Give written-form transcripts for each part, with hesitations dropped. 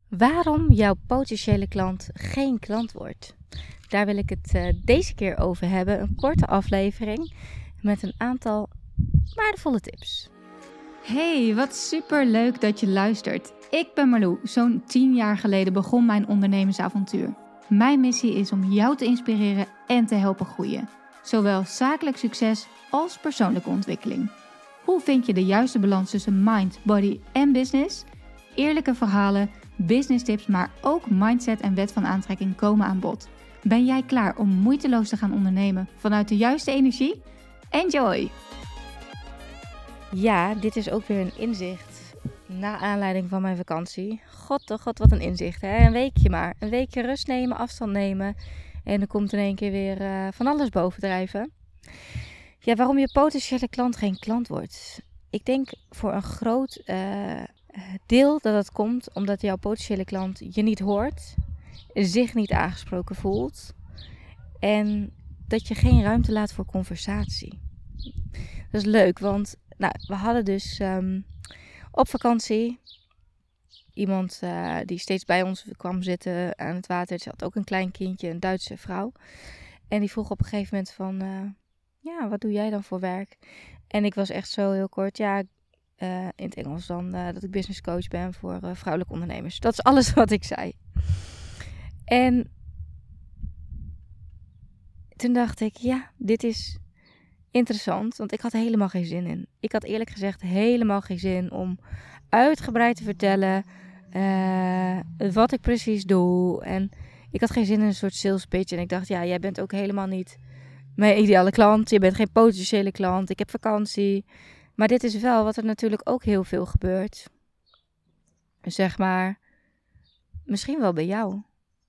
Waarom jouw potentiële klant geen klant wordt. Daar wil ik het deze keer over hebben. Een korte aflevering met een aantal waardevolle tips. Hey, wat super leuk dat je luistert. Ik ben Marlou. Zo'n 10 jaar geleden begon mijn ondernemersavontuur. Mijn missie is om jou te inspireren en te helpen groeien. Zowel zakelijk succes als persoonlijke ontwikkeling. Hoe vind je de juiste balans tussen mind, body en business? Eerlijke verhalen, business tips, maar ook mindset en wet van aantrekking komen aan bod. Ben jij klaar om moeiteloos te gaan ondernemen vanuit de juiste energie? Enjoy! Ja, dit is ook weer een inzicht na aanleiding van mijn vakantie. God, oh god, wat een inzicht. Hè? Een weekje maar. Een weekje rust nemen, afstand nemen. En dan komt in één keer weer van alles bovendrijven. Ja, waarom je potentiële klant geen klant wordt. Ik denk voor een groot deel dat het komt omdat jouw potentiële klant je niet hoort, zich niet aangesproken voelt en dat je geen ruimte laat voor conversatie. Dat is leuk, want we hadden dus op vakantie iemand die steeds bij ons kwam zitten aan het water. Ze had ook een klein kindje, een Duitse vrouw. En die vroeg op een gegeven moment van, wat doe jij dan voor werk? En ik was echt zo heel kort, in het Engels dan, dat ik business coach ben voor vrouwelijke ondernemers. Dat is alles wat ik zei. En toen dacht ik, dit is interessant, want ik had helemaal geen zin in. Ik had eerlijk gezegd helemaal geen zin om uitgebreid te vertellen wat ik precies doe. En ik had geen zin in een soort sales pitch. En ik dacht, jij bent ook helemaal niet mijn ideale klant. Je bent geen potentiële klant. Ik heb vakantie. Maar dit is wel wat er natuurlijk ook heel veel gebeurt. Zeg maar, misschien wel bij jou.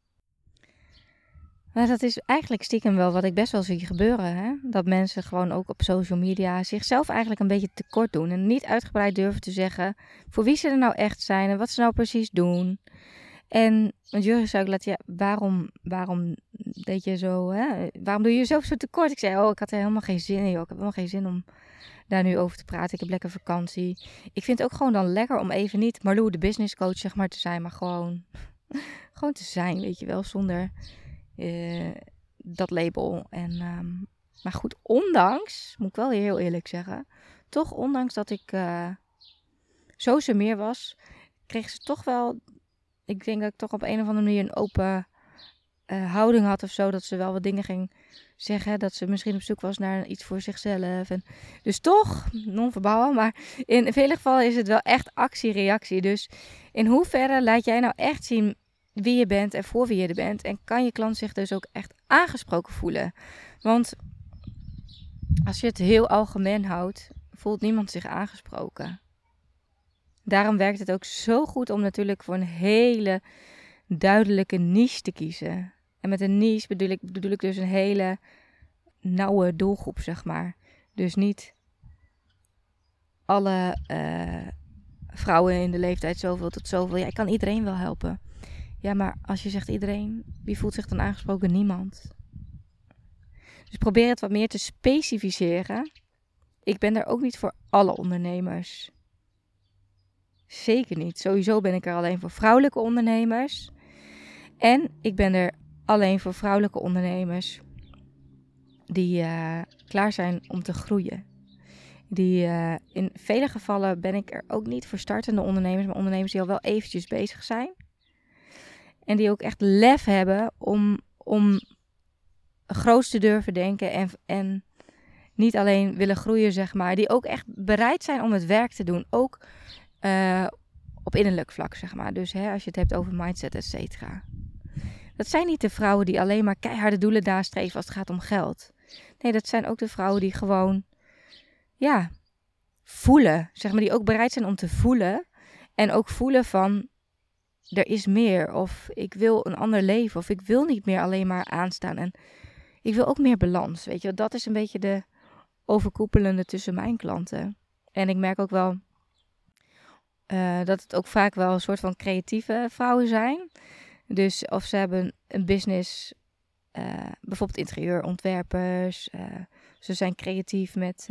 Maar dat is eigenlijk stiekem wel wat ik best wel zie gebeuren. Hè? Dat mensen gewoon ook op social media zichzelf eigenlijk een beetje tekort doen. En niet uitgebreid durven te zeggen voor wie ze er nou echt zijn en wat ze nou precies doen. En want Jurgen zei ook, waarom deed je zo, hè? Waarom doe je jezelf zo tekort? Ik zei, ik had er helemaal geen zin in, joh. Ik heb helemaal geen zin om daar nu over te praten. Ik heb lekker vakantie. Ik vind het ook gewoon dan lekker om even niet Marlou de business coach zeg maar te zijn, maar gewoon te zijn, weet je wel, zonder dat label. En, maar goed, ondanks, moet ik wel heel eerlijk zeggen, toch ondanks dat ik zo meer was, kreeg ze toch wel, ik denk dat ik toch op een of andere manier een open houding had of zo, dat ze wel wat dingen ging zeggen, dat ze misschien op zoek was naar iets voor zichzelf. En dus toch, non-verbaal, maar in vele gevallen is het wel echt actie-reactie. Dus in hoeverre laat jij nou echt zien wie je bent en voor wie je er bent? En kan je klant zich dus ook echt aangesproken voelen? Want als je het heel algemeen houdt, voelt niemand zich aangesproken. Daarom werkt het ook zo goed om natuurlijk voor een hele duidelijke niche te kiezen. En met een niche bedoel ik dus een hele nauwe doelgroep, zeg maar. Dus niet alle vrouwen in de leeftijd zoveel tot zoveel. Ja, ik kan iedereen wel helpen. Ja, maar als je zegt iedereen, wie voelt zich dan aangesproken? Niemand. Dus probeer het wat meer te specificeren. Ik ben er ook niet voor alle ondernemers. Zeker niet. Sowieso ben ik er alleen voor vrouwelijke ondernemers. En ik ben er alleen voor vrouwelijke ondernemers die klaar zijn om te groeien. In vele gevallen ben ik er ook niet voor startende ondernemers, maar ondernemers die al wel eventjes bezig zijn. En die ook echt lef hebben om groot te durven denken en niet alleen willen groeien, zeg maar. Die ook echt bereid zijn om het werk te doen. Ook op innerlijk vlak, zeg maar. Dus als je het hebt over mindset, et cetera. Dat zijn niet de vrouwen die alleen maar keiharde doelen nastreven als het gaat om geld. Nee, dat zijn ook de vrouwen die gewoon, voelen. Zeg maar, die ook bereid zijn om te voelen. En ook voelen van, er is meer. Of ik wil een ander leven. Of ik wil niet meer alleen maar aanstaan. En ik wil ook meer balans. Weet je, dat is een beetje de overkoepelende tussen mijn klanten. En ik merk ook wel dat het ook vaak wel een soort van creatieve vrouwen zijn. Dus of ze hebben een business, bijvoorbeeld interieurontwerpers. Ze zijn creatief met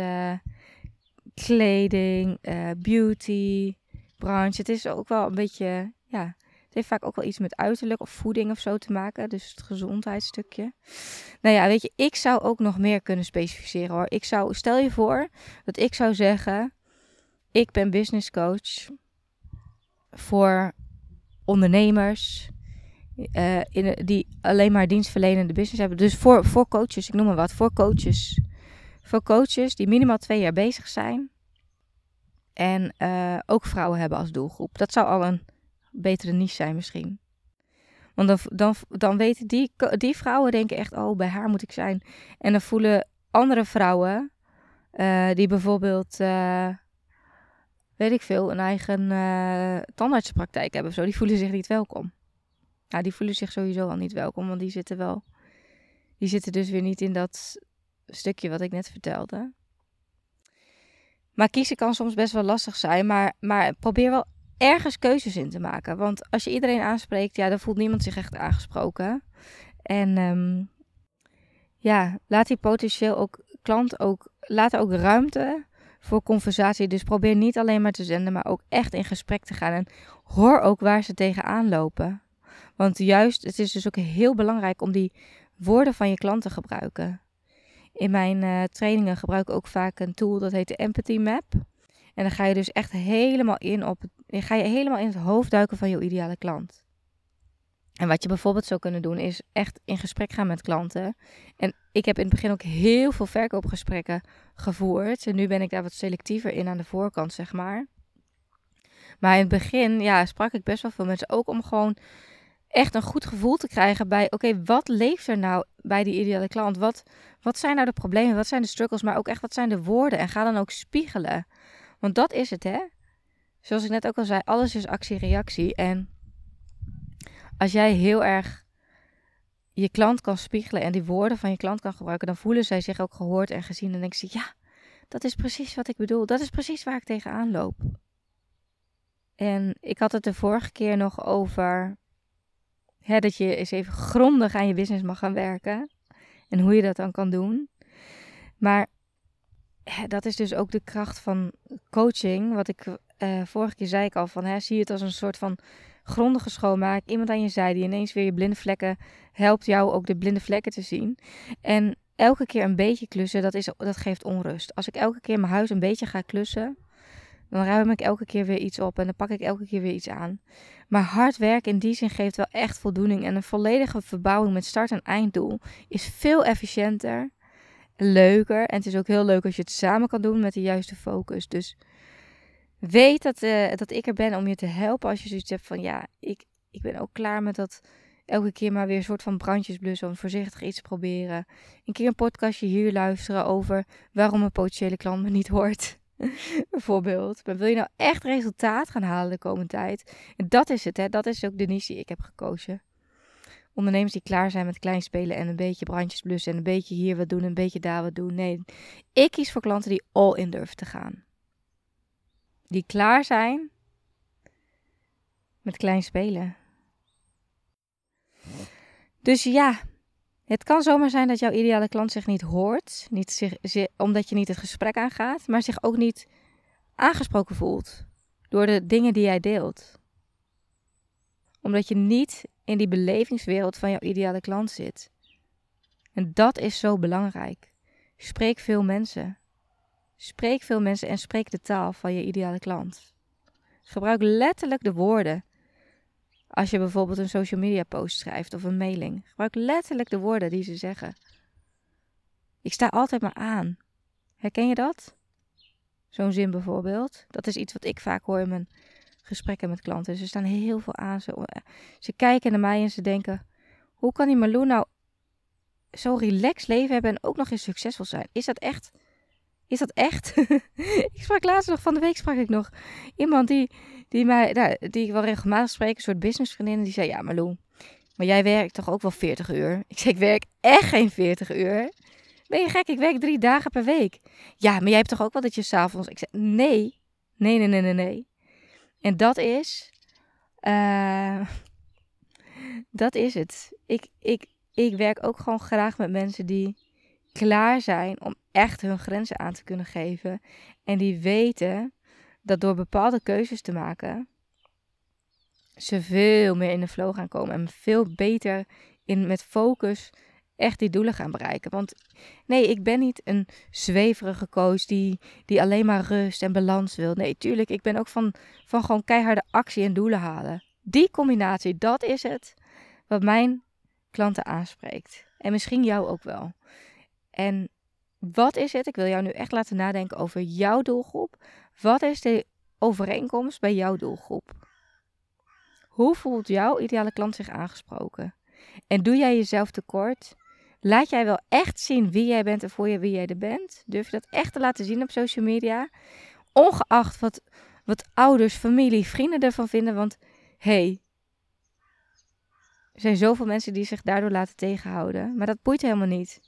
kleding, beauty, branche. Het is ook wel een beetje, Het heeft vaak ook wel iets met uiterlijk of voeding of zo te maken. Dus het gezondheidsstukje. Nou ja, weet je, ik zou ook nog meer kunnen specificeren hoor. Stel je voor dat ik zou zeggen, ik ben business coach voor ondernemers die alleen maar dienstverlenende business hebben. Dus voor coaches, ik noem maar wat, voor coaches. Voor coaches die minimaal 2 jaar bezig zijn. En ook vrouwen hebben als doelgroep. Dat zou al een betere niche zijn misschien. Want dan weten die vrouwen denken echt, oh, bij haar moet ik zijn. En dan voelen andere vrouwen die bijvoorbeeld, weet ik veel, een eigen tandartsenpraktijk hebben of zo. Die voelen zich niet welkom. Nou, die voelen zich sowieso al niet welkom, want die zitten dus weer niet in dat stukje wat ik net vertelde. Maar kiezen kan soms best wel lastig zijn, maar probeer wel ergens keuzes in te maken. Want als je iedereen aanspreekt, ja, dan voelt niemand zich echt aangesproken. En laat die potentieel klant ook ruimte voor conversatie. Dus probeer niet alleen maar te zenden, maar ook echt in gesprek te gaan. En hoor ook waar ze tegenaan lopen. Want juist, het is dus ook heel belangrijk om die woorden van je klant te gebruiken. In mijn trainingen gebruik ik ook vaak een tool, dat heet de Empathy Map. En dan ga je dus echt helemaal in het hoofd duiken van je ideale klant. En wat je bijvoorbeeld zou kunnen doen, is echt in gesprek gaan met klanten. En ik heb in het begin ook heel veel verkoopgesprekken gevoerd. En nu ben ik daar wat selectiever in aan de voorkant, zeg maar. Maar in het begin, sprak ik best wel veel mensen. Ook om gewoon echt een goed gevoel te krijgen bij, oké, wat leeft er nou bij die ideale klant? Wat zijn nou de problemen? Wat zijn de struggles? Maar ook echt, wat zijn de woorden? En ga dan ook spiegelen. Want dat is het, hè? Zoals ik net ook al zei, alles is actie-reactie. En als jij heel erg je klant kan spiegelen en die woorden van je klant kan gebruiken, dan voelen zij zich ook gehoord en gezien. En dan denken ze, ja, dat is precies wat ik bedoel. Dat is precies waar ik tegenaan loop. En ik had het de vorige keer nog over dat je eens even grondig aan je business mag gaan werken. En hoe je dat dan kan doen. Maar dat is dus ook de kracht van coaching. Wat ik vorige keer zei ik al van, zie het als een soort van grondige schoonmaak. Iemand aan je zij die ineens weer je blinde vlekken helpt jou ook de blinde vlekken te zien. En elke keer een beetje klussen, dat geeft onrust. Als ik elke keer mijn huis een beetje ga klussen, dan ruim ik elke keer weer iets op en dan pak ik elke keer weer iets aan. Maar hard werken in die zin geeft wel echt voldoening. En een volledige verbouwing met start- en einddoel is veel efficiënter, leuker. En het is ook heel leuk als je het samen kan doen met de juiste focus. Dus weet dat ik er ben om je te helpen als je zoiets hebt van, ja, ik ben ook klaar met dat elke keer maar weer een soort van brandjes blussen om voorzichtig iets te proberen. Een keer een podcastje hier luisteren over waarom een potentiële klant me niet hoort. Bijvoorbeeld. Maar wil je nou echt resultaat gaan halen de komende tijd? En dat is het, hè. Dat is ook de niche die ik heb gekozen. Ondernemers die klaar zijn met klein spelen en een beetje brandjes blussen en een beetje hier wat doen en een beetje daar wat doen. Nee, ik kies voor klanten die all in durven te gaan. Die klaar zijn met klein spelen. Dus ja, het kan zomaar zijn dat jouw ideale klant zich niet hoort. Omdat je niet het gesprek aangaat, maar zich ook niet aangesproken voelt door de dingen die jij deelt. Omdat je niet in die belevingswereld van jouw ideale klant zit. En dat is zo belangrijk. Spreek veel mensen. Spreek veel mensen en spreek de taal van je ideale klant. Gebruik letterlijk de woorden. Als je bijvoorbeeld een social media post schrijft of een mailing. Gebruik letterlijk de woorden die ze zeggen. Ik sta altijd maar aan. Herken je dat? Zo'n zin bijvoorbeeld. Dat is iets wat ik vaak hoor in mijn gesprekken met klanten. Ze staan heel veel aan. Ze kijken naar mij en ze denken, hoe kan die Marlou nou zo'n relaxed leven hebben en ook nog eens succesvol zijn? Is dat echt? Is dat echt? Van de week sprak ik nog iemand die ik wel regelmatig spreek, een soort businessvriendin. Die zei, ja Marlou, maar jij werkt toch ook wel 40 uur? Ik zei, ik werk echt geen 40 uur. Ben je gek? Ik werk 3 dagen per week. Ja, maar jij hebt toch ook wel dat je 's avonds... Ik zei, nee. En dat is... dat is het. Ik werk ook gewoon graag met mensen die klaar zijn om echt hun grenzen aan te kunnen geven. En die weten dat door bepaalde keuzes te maken, ze veel meer in de flow gaan komen en veel beter met focus echt die doelen gaan bereiken. Want nee, ik ben niet een zweverige coach die alleen maar rust en balans wil. Nee, tuurlijk, ik ben ook van gewoon keiharde actie en doelen halen. Die combinatie, dat is het wat mijn klanten aanspreekt. En misschien jou ook wel. En wat is het? Ik wil jou nu echt laten nadenken over jouw doelgroep. Wat is de overeenkomst bij jouw doelgroep? Hoe voelt jouw ideale klant zich aangesproken? En doe jij jezelf tekort? Laat jij wel echt zien wie jij bent en voor je wie jij er bent? Durf je dat echt te laten zien op social media? Ongeacht wat ouders, familie, vrienden ervan vinden. Want er zijn zoveel mensen die zich daardoor laten tegenhouden. Maar dat boeit helemaal niet.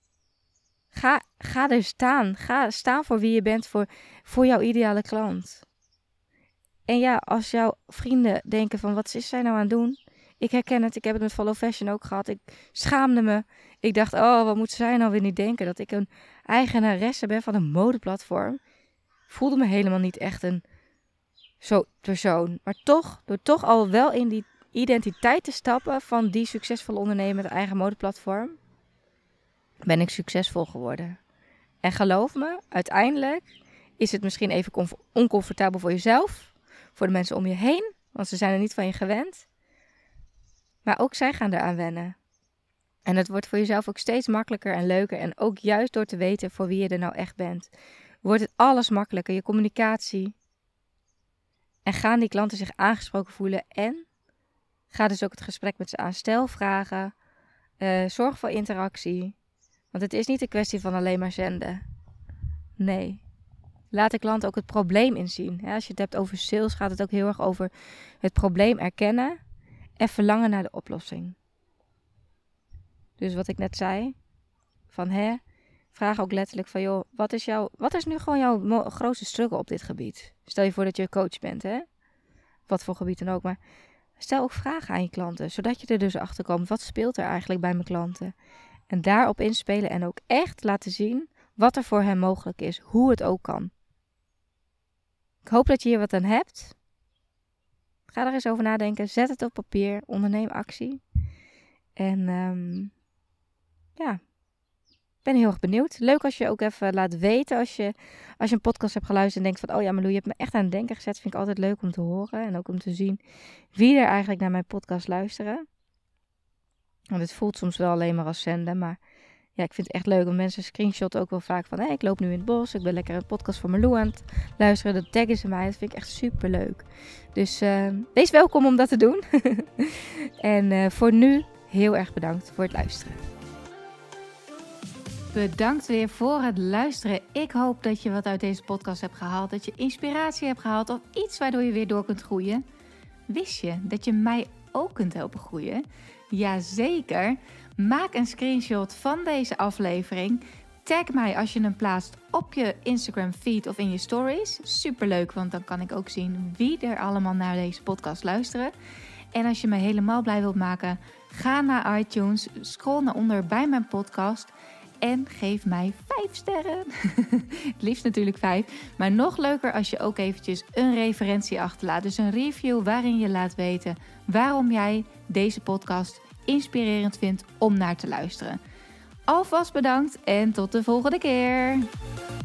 Ga er staan. Ga staan voor wie je bent, voor jouw ideale klant. En ja, als jouw vrienden denken van wat is zij nou aan het doen? Ik herken het, ik heb het met Follow Fashion ook gehad. Ik schaamde me. Ik dacht, wat moet zij nou weer niet denken? Dat ik een eigenaresse ben van een modeplatform. Voelde me helemaal niet echt een zo persoon. Maar door toch al wel in die identiteit te stappen van die succesvolle ondernemer met een eigen modeplatform, ben ik succesvol geworden. En geloof me, uiteindelijk is het misschien even oncomfortabel voor jezelf, voor de mensen om je heen, want ze zijn er niet van je gewend. Maar ook zij gaan eraan wennen. En het wordt voor jezelf ook steeds makkelijker en leuker. En ook juist door te weten voor wie je er nou echt bent, wordt het alles makkelijker. Je communicatie. En gaan die klanten zich aangesproken voelen. En ga dus ook het gesprek met ze aan. Stel vragen. Zorg voor interactie. Want het is niet een kwestie van alleen maar zenden. Nee. Laat de klant ook het probleem inzien. Als je het hebt over sales, gaat het ook heel erg over het probleem erkennen en verlangen naar de oplossing. Dus wat ik net zei, van vraag ook letterlijk van joh, wat is nu gewoon jouw grootste struggle op dit gebied? Stel je voor dat je coach bent, wat voor gebied dan ook, maar stel ook vragen aan je klanten, zodat je er dus achter komt, wat speelt er eigenlijk bij mijn klanten? En daarop inspelen en ook echt laten zien wat er voor hen mogelijk is, hoe het ook kan. Ik hoop dat je hier wat aan hebt. Ga er eens over nadenken, zet het op papier, onderneem actie. En ik ben heel erg benieuwd. Leuk als je ook even laat weten als je een podcast hebt geluisterd en denkt van, oh ja Marlou, je hebt me echt aan het denken gezet. Vind ik altijd leuk om te horen en ook om te zien wie er eigenlijk naar mijn podcast luisteren. Want het voelt soms wel alleen maar als zenden, maar ja, ik vind het echt leuk. Want mensen screenshotten ook wel vaak van, ik loop nu in het bos, ik ben lekker een podcast voor Marlou aan het luisteren. Dat taggen ze mij, dat vind ik echt super leuk. Dus wees welkom om dat te doen. En voor nu heel erg bedankt voor het luisteren. Bedankt weer voor het luisteren. Ik hoop dat je wat uit deze podcast hebt gehaald. Dat je inspiratie hebt gehaald of iets waardoor je weer door kunt groeien. Wist je dat je mij ook kunt helpen groeien? Jazeker. Maak een screenshot van deze aflevering. Tag mij als je hem plaatst op je Instagram feed of in je stories. Superleuk, want dan kan ik ook zien wie er allemaal naar deze podcast luisteren. En als je me helemaal blij wilt maken, ga naar iTunes, scroll naar onder bij mijn podcast en geef mij 5 sterren. Het liefst natuurlijk 5. Maar nog leuker als je ook eventjes een referentie achterlaat. Dus een review waarin je laat weten waarom jij deze podcast inspirerend vindt om naar te luisteren. Alvast bedankt en tot de volgende keer.